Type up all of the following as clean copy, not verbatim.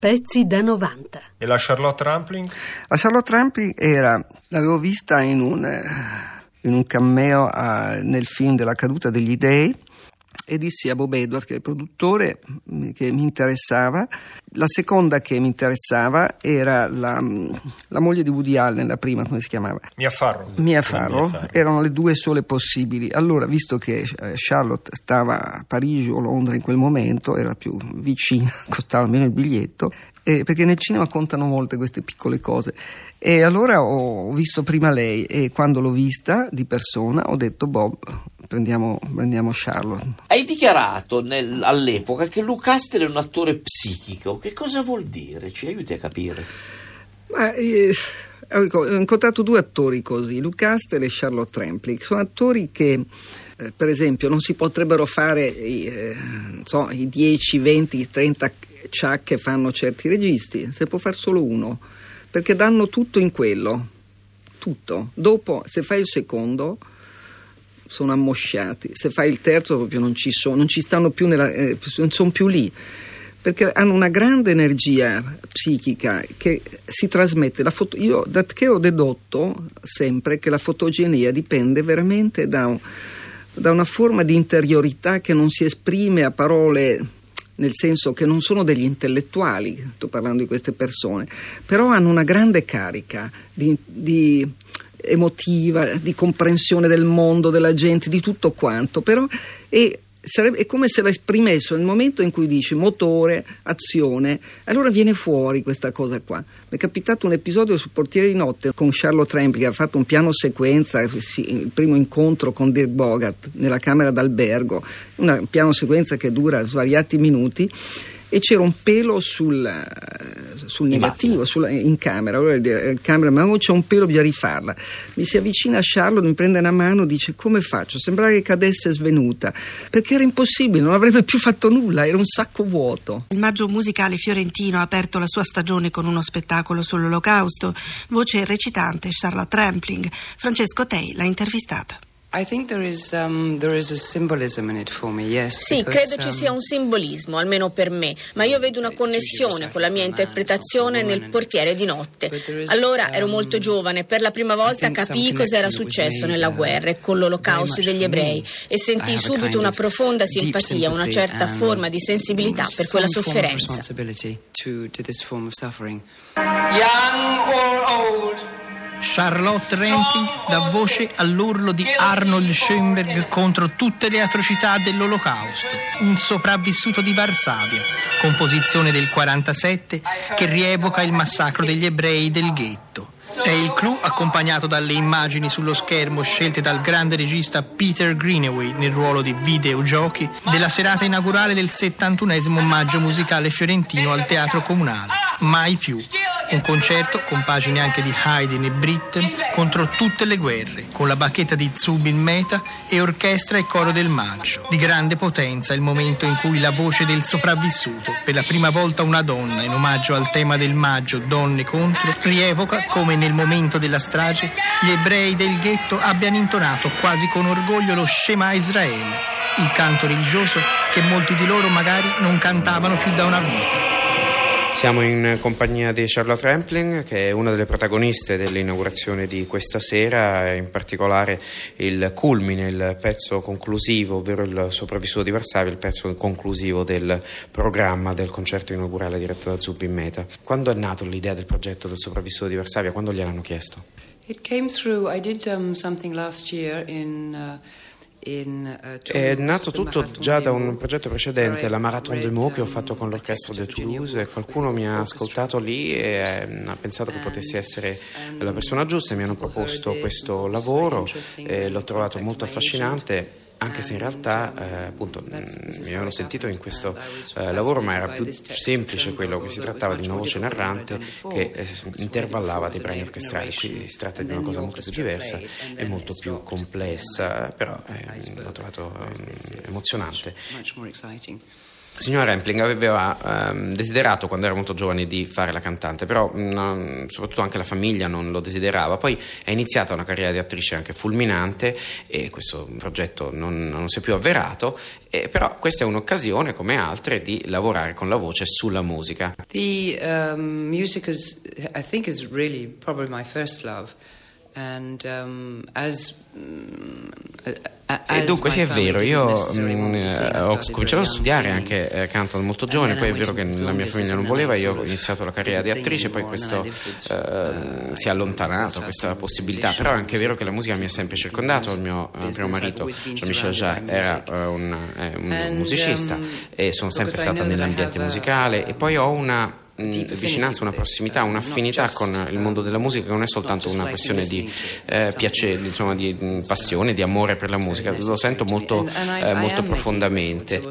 Pezzi da 90. E la Charlotte Rampling? La Charlotte Rampling l'avevo vista in un cameo nel film della caduta degli dei, e dissi a Bob Edwards, che è il produttore, che mi interessava. La seconda che mi interessava era la moglie di Woody Allen, la prima, come si chiamava? Mia Farrow. Erano le due sole possibili. Allora, visto che Charlotte stava a Parigi o Londra in quel momento, era più vicina, costava meno il biglietto, perché nel cinema contano molte queste piccole cose. E allora ho visto prima lei, e quando l'ho vista di persona ho detto: Bob, prendiamo Charlotte. Hai dichiarato all'epoca che Lou Castle è un attore psichico. Che cosa vuol dire? Ci aiuti a capire? Ho incontrato due attori così, Lou Castle e Charlotte Rampling. Sono attori che, per esempio, non si potrebbero fare i 10, 20, 30 ciak che fanno certi registi. Se può fare solo uno, perché danno tutto in quello, tutto. Dopo, se fai il secondo, sono ammosciati. Se fai il terzo, proprio non ci stanno più non sono più lì, perché hanno una grande energia psichica che si trasmette. Io che ho dedotto sempre che la fotogenia dipende veramente da una forma di interiorità che non si esprime a parole, nel senso che non sono degli intellettuali, sto parlando di queste persone, però hanno una grande carica di emotiva, di comprensione del mondo, della gente, di tutto quanto, però è come se la esprimessero nel momento in cui dici motore, azione, allora viene fuori questa cosa qua. Mi è capitato un episodio su Portiere di notte con Charlotte Rampling, che ha fatto un piano sequenza, il primo incontro con Dirk Bogarde nella camera d'albergo, un piano sequenza che dura svariati minuti, e c'era un pelo sul negativo in camera. Allora il cameraman: c'è un pelo, bisogna rifarla. Mi si avvicina a Charlotte, mi prende una mano, dice: come faccio? Sembrava che cadesse svenuta, perché era impossibile, non avrebbe più fatto nulla, era un sacco vuoto. Il Maggio Musicale Fiorentino ha aperto la sua stagione con uno spettacolo sull'Olocausto. Voce recitante Charlotte Rampling. Francesco Tei l'ha intervistata. I think there is a symbolism in it for me, yes. Sì, credo ci sia un simbolismo, almeno per me, ma io vedo una connessione con la mia interpretazione nel Portiere di notte. Allora ero molto giovane, per la prima volta capii cos'era successo nella guerra e con l'Olocausto degli ebrei, e sentii subito una profonda simpatia, una certa forma di sensibilità per quella sofferenza. Young or old, Charlotte Rampling dà voce all'urlo di Arnold Schoenberg contro tutte le atrocità dell'Olocausto, un sopravvissuto di Varsavia, composizione del 47 che rievoca il massacro degli ebrei del ghetto. È il clou, accompagnato dalle immagini sullo schermo scelte dal grande regista Peter Greenaway nel ruolo di videogiochi, della serata inaugurale del 71esimo Maggio Musicale Fiorentino al Teatro Comunale. Mai più. Un concerto con pagine anche di Haydn e Britten contro tutte le guerre, con la bacchetta di Zubin Mehta e orchestra e coro del Maggio. Di grande potenza il momento in cui la voce del sopravvissuto, per la prima volta una donna, in omaggio al tema del Maggio Donne contro, rievoca come nel momento della strage gli ebrei del ghetto abbiano intonato quasi con orgoglio lo Shema Israele, il canto religioso che molti di loro magari non cantavano più da una vita. Siamo in compagnia di Charlotte Rampling, che è una delle protagoniste dell'inaugurazione di questa sera, in particolare il culmine, il pezzo conclusivo, ovvero il sopravvissuto di Varsavia, il pezzo conclusivo del programma del concerto inaugurale diretto da Zubin Mehta. Quando è nato l'idea del progetto del sopravvissuto di Varsavia? Quando gliel'hanno chiesto? It came through. I did something last year È nato tutto già da un progetto precedente, la Marathon de Meaux, che ho fatto con l'orchestra de Toulouse, e qualcuno mi ha ascoltato lì e ha pensato che potessi essere la persona giusta, e mi hanno proposto questo lavoro e l'ho trovato molto affascinante, anche se in realtà appunto mi avevano sentito in questo lavoro, ma era più semplice quello, che si trattava di una voce narrante che intervallava dei brani orchestrali. Qui si tratta di una cosa molto più diversa e molto più complessa, però l'ho trovato emozionante. Il signor Rampling aveva desiderato quando era molto giovane di fare la cantante, però soprattutto anche la famiglia non lo desiderava. Poi è iniziata una carriera di attrice anche fulminante e questo progetto non si è più avverato, però questa è un'occasione come altre di lavorare con la voce sulla musica. The music I think is really probably my first love. And e dunque sì, è vero, io ho cominciato a studiare anche canto molto giovane, poi è vero che la mia famiglia non voleva, io ho iniziato la carriera di attrice, poi questo si è allontanato, questa possibilità, però è anche vero che la musica mi ha sempre circondato. Il mio primo marito, Jean-Michel Jarre, era un musicista e sono sempre stata nell'ambiente musicale, e poi ho una vicinanza, una prossimità, un'affinità con il mondo della musica che non è soltanto una questione di piacere, insomma, di passione, di amore per la musica, lo sento molto profondamente.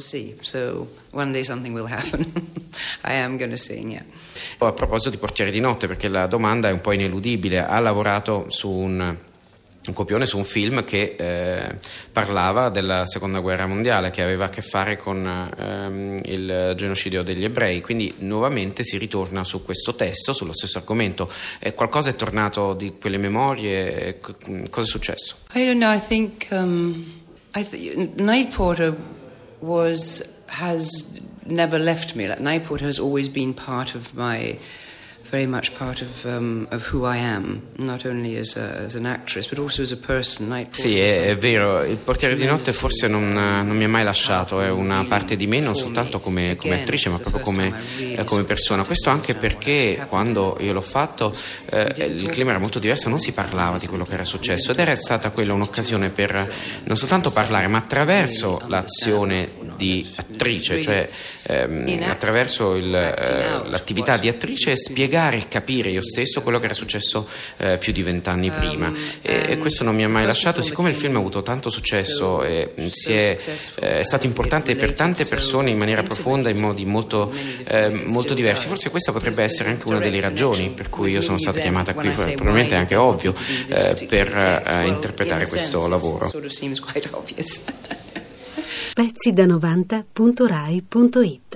A proposito di Portiere di notte, perché la domanda è un po' ineludibile, ha lavorato su un copione, su un film che parlava della seconda guerra mondiale, che aveva a che fare con il genocidio degli ebrei, quindi nuovamente si ritorna su questo testo, sullo stesso argomento. Qualcosa è tornato di quelle memorie? Cosa è successo? I don't know, I think Night Porter has never left me. Like, Night Porter has always been very much part of who I am, not only as an actress but also as a person. Sì, è vero, il Portiere di notte forse non mi ha mai lasciato, è una parte di me non soltanto come attrice ma proprio come persona. Questo anche perché quando io l'ho fatto il clima era molto diverso, non si parlava di quello che era successo ed era stata quella un'occasione per non soltanto parlare, ma attraverso l'azione di attrice, cioè attraverso l'attività di attrice, spiegare e capire io stesso quello che era successo più di 20 anni prima, e questo non mi ha mai lasciato. Siccome il film ha avuto tanto successo e è stato importante per tante persone in maniera profonda, in modi molto diversi, forse questa potrebbe essere anche una delle ragioni per cui io sono stata chiamata qui, probabilmente è anche ovvio, per interpretare questo lavoro. Pezzi da 90.rai.it